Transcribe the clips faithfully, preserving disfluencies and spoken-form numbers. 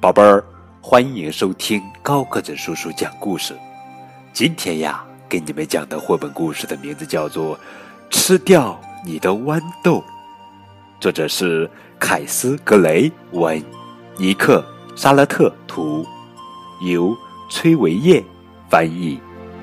宝贝儿，欢迎收听高个子叔叔讲故事。今天呀，给你们讲的绘本故事的名字叫做《吃掉你的豌豆》，作者是凯斯·格雷文，尼克·沙勒特图，由崔维燕翻译。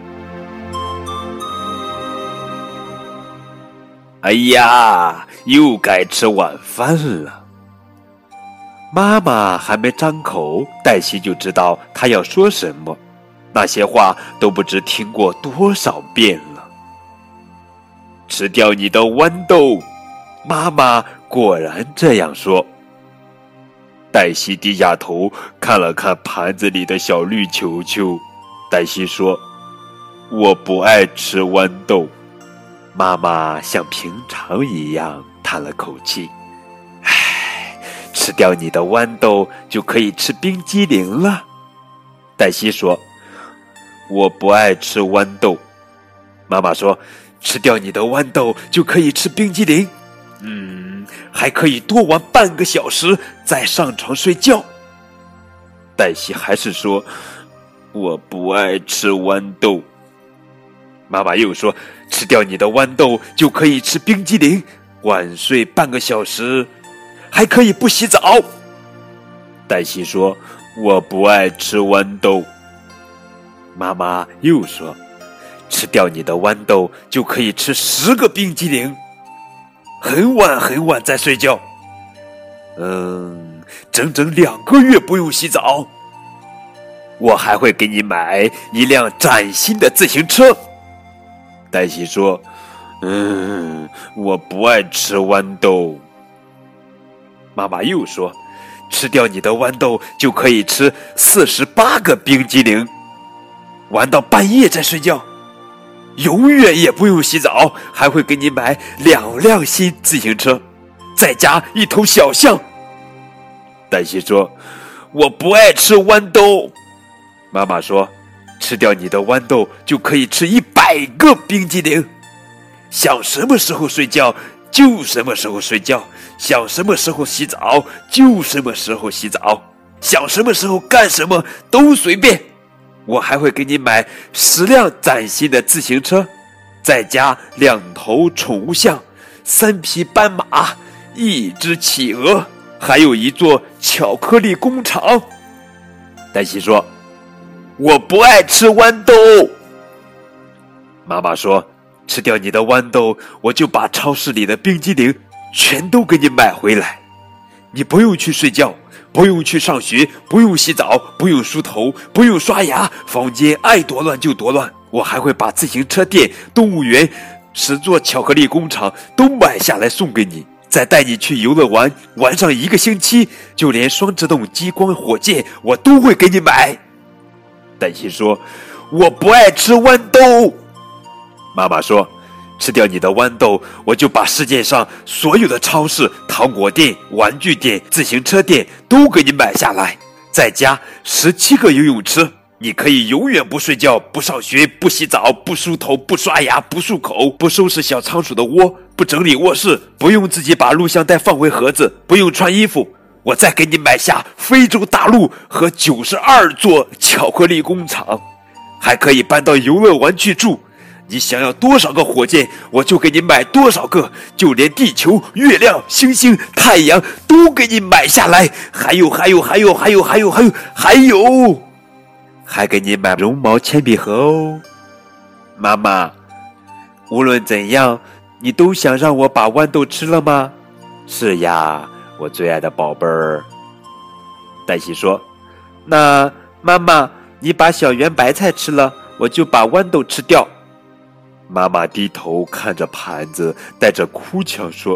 哎呀，又该吃晚饭了。妈妈还没张口，黛西就知道她要说什么，那些话都不知听过多少遍了。吃掉你的豌豆，妈妈果然这样说。黛西低下头看了看盘子里的小绿球球，黛西说：我不爱吃豌豆。妈妈像平常一样叹了口气，唉，吃掉你的豌豆就可以吃冰激凌了。黛西说：我不爱吃豌豆。妈妈说：吃掉你的豌豆就可以吃冰激凌，嗯，还可以多玩半个小时再上床睡觉。黛西还是说：我不爱吃豌豆。妈妈又说：吃掉你的豌豆就可以吃冰激凌，晚睡半个小时，还可以不洗澡。黛西说：我不爱吃豌豆。妈妈又说：吃掉你的豌豆就可以吃十个冰激凌，很晚很晚再睡觉，嗯，整整两个月不用洗澡。我还会给你买一辆崭新的自行车。黛西说：嗯，我不爱吃豌豆。妈妈又说：吃掉你的豌豆就可以吃四十八个冰激凌，玩到半夜再睡觉，永远也不用洗澡，还会给你买两辆新自行车，再加一头小象。黛西说：我不爱吃豌豆。妈妈说：吃掉你的豌豆就可以吃一百个冰激凌，想什么时候睡觉就什么时候睡觉，想什么时候洗澡就什么时候洗澡，想什么时候干什么都随便。我还会给你买十辆崭新的自行车，再加两头宠物象，三匹斑马，一只企鹅，还有一座巧克力工厂。黛西说：我不爱吃豌豆。妈妈说：吃掉你的豌豆，我就把超市里的冰激凌全都给你买回来，你不用去睡觉，不用去上学，不用洗澡，不用梳头，不用刷牙，房间爱多乱就多乱。我还会把自行车店、动物园、十座巧克力工厂都买下来送给你，再带你去游乐玩，玩上一个星期，就连双制动激光火箭我都会给你买。黛西说：我不爱吃豌豆。妈妈说：吃掉你的豌豆，我就把世界上所有的超市、糖果店、玩具店、自行车店都给你买下来，再加十七个游泳池，你可以永远不睡觉，不上学，不洗澡，不梳头，不刷牙，不漱口，不收拾小仓鼠的窝，不整理卧室，不用自己把录像带放回盒子，不用穿衣服。我再给你买下非洲大陆和九十二座巧克力工厂，还可以搬到游乐玩去住。你想要多少个火箭，我就给你买多少个，就连地球、月亮、星星、太阳都给你买下来。还有还有还有还有还有还有还有还给你买绒毛铅笔盒哦。妈妈，无论怎样，你都想让我把豌豆吃了吗？是呀，我最爱的宝贝儿。黛西说：那妈妈，你把小圆白菜吃了，我就把豌豆吃掉。妈妈低头看着盘子，带着哭腔说：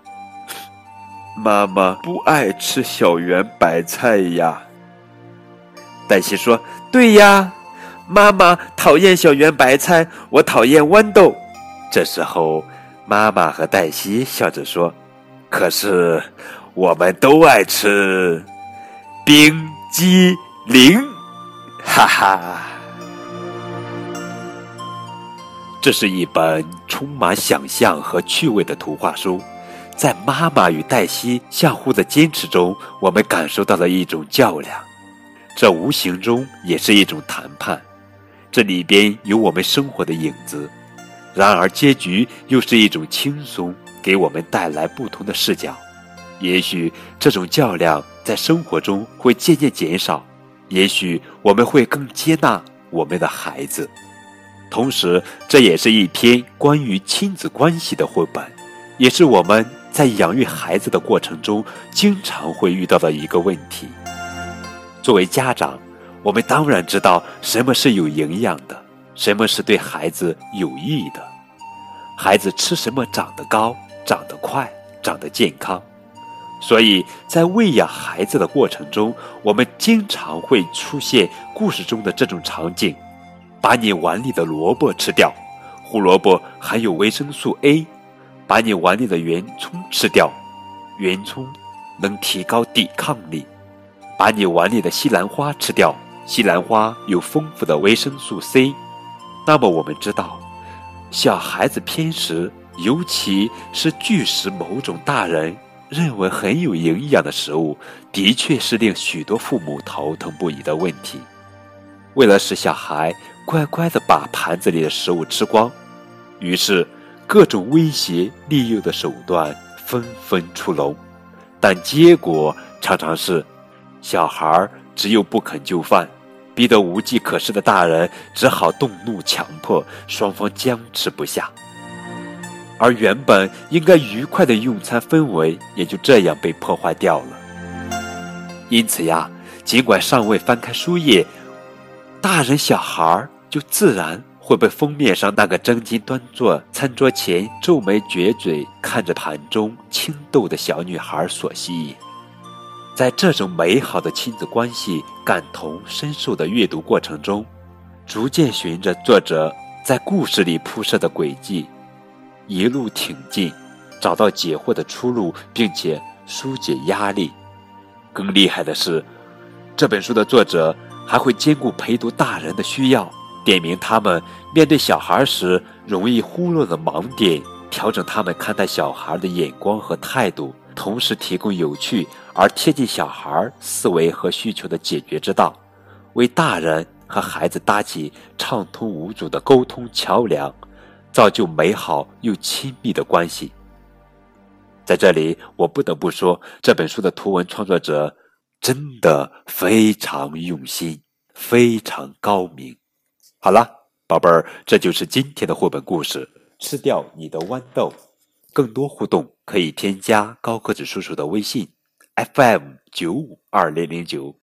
妈妈不爱吃小圆白菜呀。黛西说：对呀，妈妈讨厌小圆白菜，我讨厌豌豆。这时候妈妈和黛西笑着说：可是我们都爱吃冰激凌，哈哈。这是一本充满想象和趣味的图画书，在妈妈与黛西相互的坚持中，我们感受到了一种较量， 这无形中也是一种谈判，这里边有我们生活的影子，然而结局又是一种轻松，给我们带来不同的视角。也许这种较量在生活中会渐渐减少，也许我们会更接纳我们的孩子。同时，这也是一篇关于亲子关系的绘本，也是我们在养育孩子的过程中经常会遇到的一个问题。作为家长，我们当然知道什么是有营养的，什么是对孩子有益的。孩子吃什么长得高、长得快、长得健康。所以在喂养孩子的过程中，我们经常会出现故事中的这种场景：把你碗里的萝卜吃掉，胡萝卜含有维生素 A； 把你碗里的圆葱吃掉，圆葱能提高抵抗力；把你碗里的西兰花吃掉，西兰花有丰富的维生素 C。 那么我们知道，小孩子偏食，尤其是拒食某种大人认为很有营养的食物，的确是令许多父母头疼不已的问题。为了使小孩乖乖地把盘子里的食物吃光，于是各种威胁利诱的手段纷纷出笼，但结果常常是小孩只有不肯就范，逼得无计可施的大人只好动怒强迫，双方僵持不下。而原本应该愉快的用餐氛围也就这样被破坏掉了。因此呀，尽管尚未翻开书页，大人小孩就自然会被封面上那个正襟端坐餐桌前皱眉撅嘴看着盘中青豆的小女孩所吸引。在这种美好的亲子关系感同身受的阅读过程中，逐渐循着作者在故事里铺设的轨迹一路挺进，找到解惑的出路，并且疏解压力。更厉害的是，这本书的作者还会兼顾陪读大人的需要，点明他们面对小孩时容易忽略的盲点，调整他们看待小孩的眼光和态度，同时提供有趣而贴近小孩思维和需求的解决之道，为大人和孩子搭起畅通无阻的沟通桥梁，造就美好又亲密的关系。在这里，我不得不说，这本书的图文创作者真的非常用心，非常高明。好了，宝贝儿，这就是今天的绘本故事，吃掉你的豌豆。更多互动可以添加高个子叔叔的微信 F M 九五二零零九。